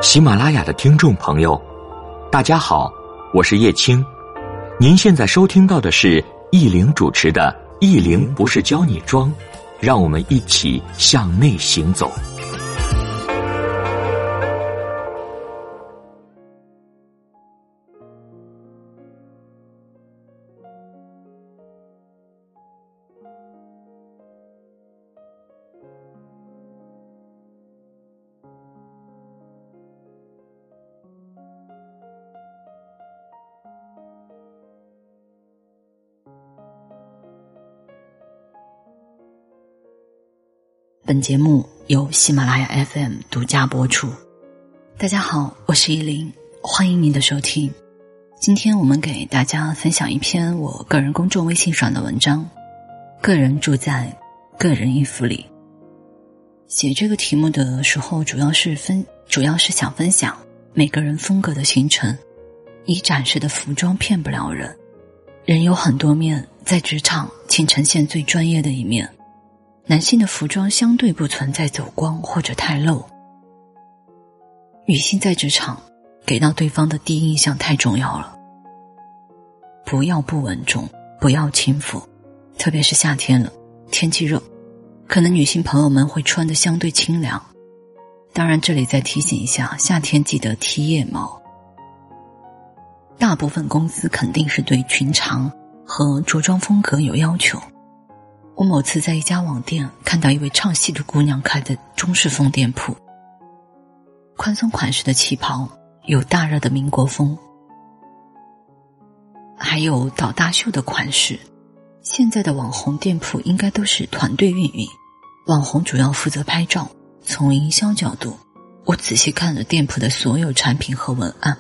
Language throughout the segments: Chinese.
喜马拉雅的听众朋友，大家好，我是叶青。您现在收听到的是易玲主持的《易玲不是教你装》，让我们一起向内行走。 本节目由喜马拉雅 FM 独家播出。大家好，我是依林，欢迎您的收听。今天我们给大家分享一篇我个人公众微信上的文章，个人住在个人衣服里。写这个题目的时候，主要是想分享每个人风格的形成，以展示的服装骗不了人。人有很多面，在职场请呈现最专业的一面。男性的服装相对不存在走光或者太露，女性在职场给到对方的第一印象太重要了。不要不稳重，不要轻浮，特别是夏天了，天气热，可能女性朋友们会穿得相对清凉。当然这里再提醒一下，夏天记得剃腋毛。大部分公司肯定是对裙长和着装风格有要求。我某次在一家网店看到一位唱戏的姑娘开的中式风店铺，宽松款式的旗袍，有大热的民国风，还有倒大袖的款式。现在的网红店铺应该都是团队运营，网红主要负责拍照。从营销角度，我仔细看了店铺的所有产品和文案，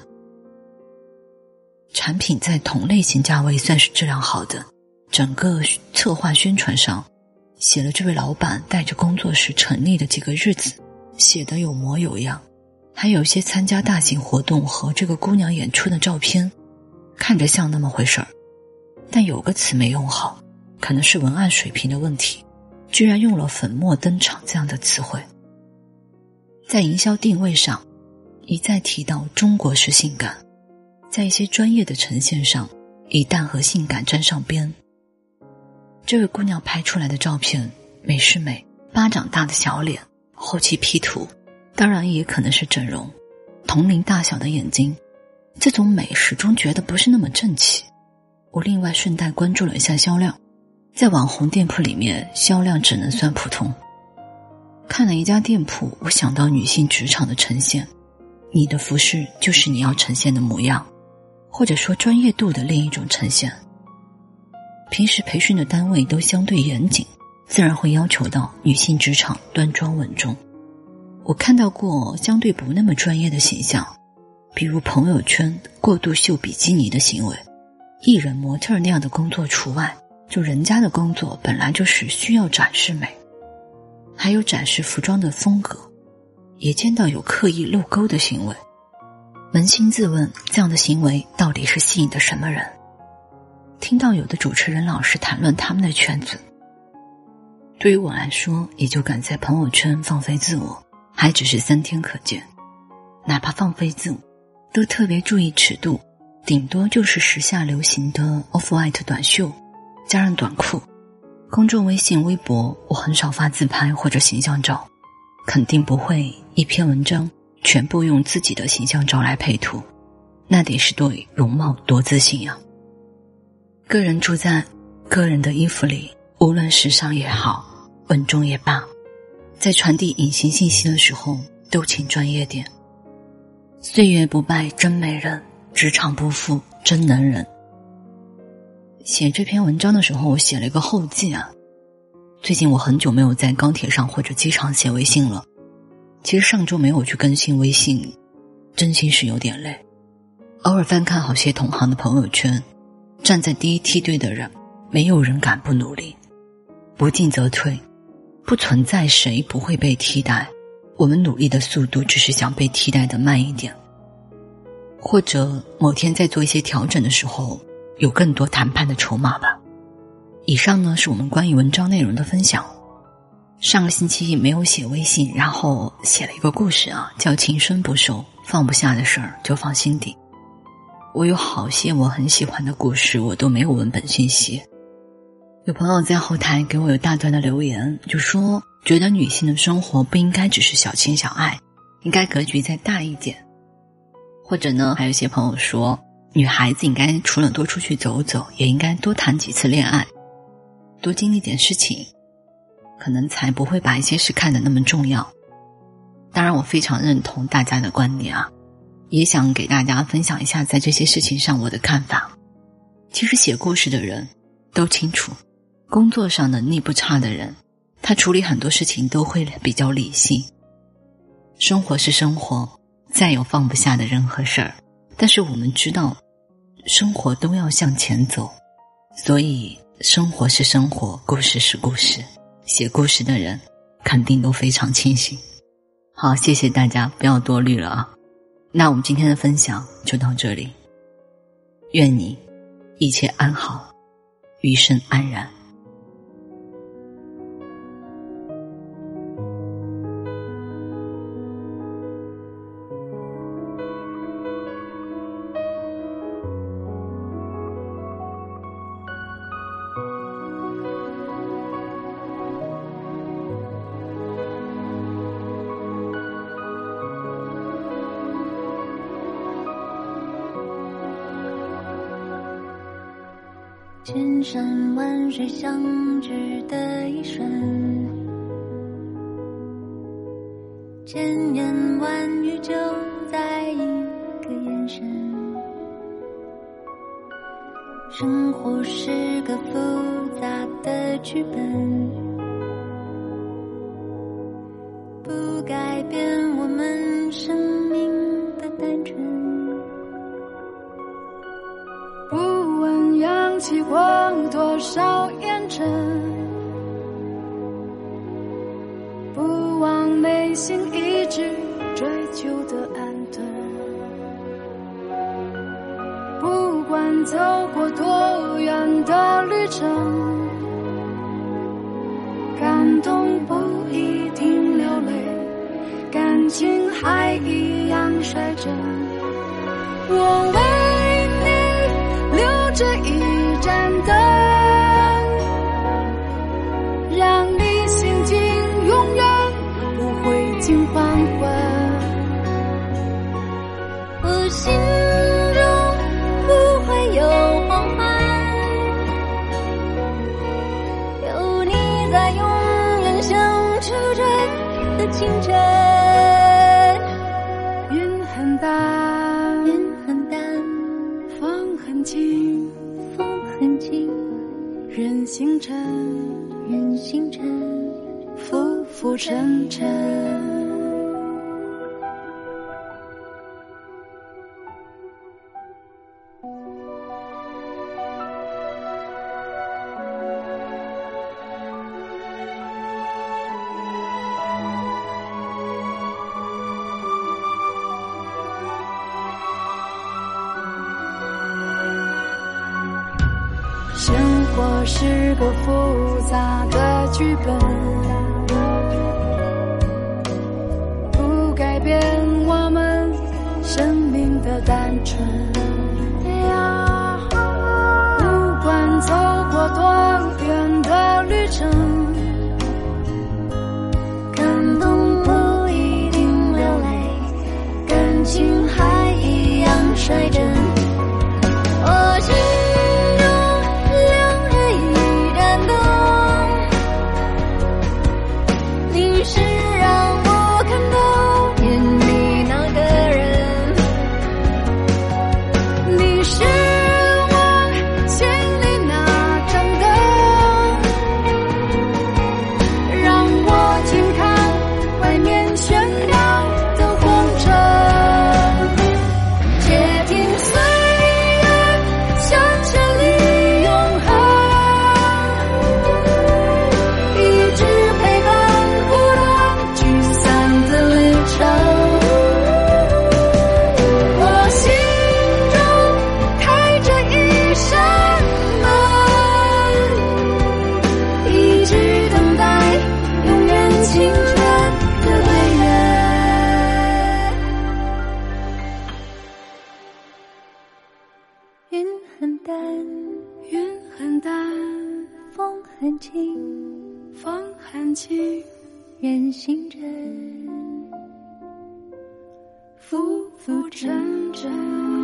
产品在同类型价位算是质量好的。整个策划宣传上写了这位老板带着工作室成立的几个日子，写得有模有样，还有一些参加大型活动和这个姑娘演出的照片，看着像那么回事儿。但有个词没用好，可能是文案水平的问题，居然用了粉墨登场这样的词汇。在营销定位上一再提到中国式性感，在一些专业的呈现上一旦和性感沾上边。这位姑娘拍出来的照片美是美，巴掌大的小脸，后期 P 图，当然也可能是整容，同龄大小的眼睛，这种美始终觉得不是那么正气。我另外顺带关注了一下销量，在网红店铺里面销量只能算普通。看了一家店铺，我想到女性职场的呈现，你的服饰就是你要呈现的模样，或者说专业度的另一种呈现。平时培训的单位都相对严谨，自然会要求到女性职场端庄稳重。我看到过相对不那么专业的形象，比如朋友圈过度秀比基尼的行为，艺人模特那样的工作除外，就人家的工作本来就是需要展示美。还有展示服装的风格，也见到有刻意露沟的行为。扪心自问，这样的行为到底是吸引的什么人？听到有的主持人老是谈论他们的圈子，对于我来说，也就敢在朋友圈放飞自我，还只是3天可见。哪怕放飞自我，都特别注意尺度，顶多就是时下流行的 off-white 短袖加上短裤。公众微信、微博，我很少发自拍或者形象照，肯定不会一篇文章全部用自己的形象照来配图，那得是对容貌多自信呀。个人住在个人的衣服里，无论时尚也好，稳重也罢，在传递隐形信息的时候都请专业点。岁月不败真美人，职场不负真能人。写这篇文章的时候，我写了一个后记啊。最近我很久没有在高铁上或者机场写微信了，其实上周没有去更新微信，真心是有点累。偶尔翻看好些同行的朋友圈，站在第一梯队的人，没有人敢不努力。不进则退，不存在谁不会被替代，我们努力的速度只是想被替代的慢一点，或者某天在做一些调整的时候有更多谈判的筹码吧。以上呢是我们关于文章内容的分享。 上个星期没有写微信，然后写了一个故事啊，叫情深不寿，放不下的事儿就放心底。我有好些我很喜欢的故事，我都没有文本信息。有朋友在后台给我有大段的留言，就说觉得女性的生活不应该只是小情小爱，应该格局再大一点。或者呢，还有一些朋友说，女孩子应该除了多出去走走，也应该多谈几次恋爱，多经历点事情，可能才不会把一些事看得那么重要。当然我非常认同大家的观点啊，也想给大家分享一下在这些事情上我的看法。其实写故事的人都清楚，工作上能力不差的人，他处理很多事情都会比较理性。生活是生活，再有放不下的人和事儿，但是我们知道生活都要向前走，所以生活是生活，故事是故事，写故事的人肯定都非常清醒。好，谢谢大家，不要多虑了啊。那我们今天的分享就到这里，愿你一切安好，余生安然。 千山万水相聚的一瞬，千言万语就在一个眼神。生活是个复杂的剧本，不改变我们生命的单纯。 不问扬起过多少烟尘，不忘内心一直追求的安顿。不管走过多远的旅程，感动不一定流泪，感情还一样率真。我为你留着一盏灯，让你心境永远不会尽黄昏。 我心中不会有黄昏，有你在永远相处着的清晨。 云很淡， 云很淡， 风很轻， 风很轻， 人星辰， 人星辰， 浮浮沉沉。生活是个复杂的剧本，不改变我们生命的单纯。不管走过多远的旅程， 感动不一定流泪，感情还一样率真。我心永远情， 风很轻， 人心真， 浮浮沉沉。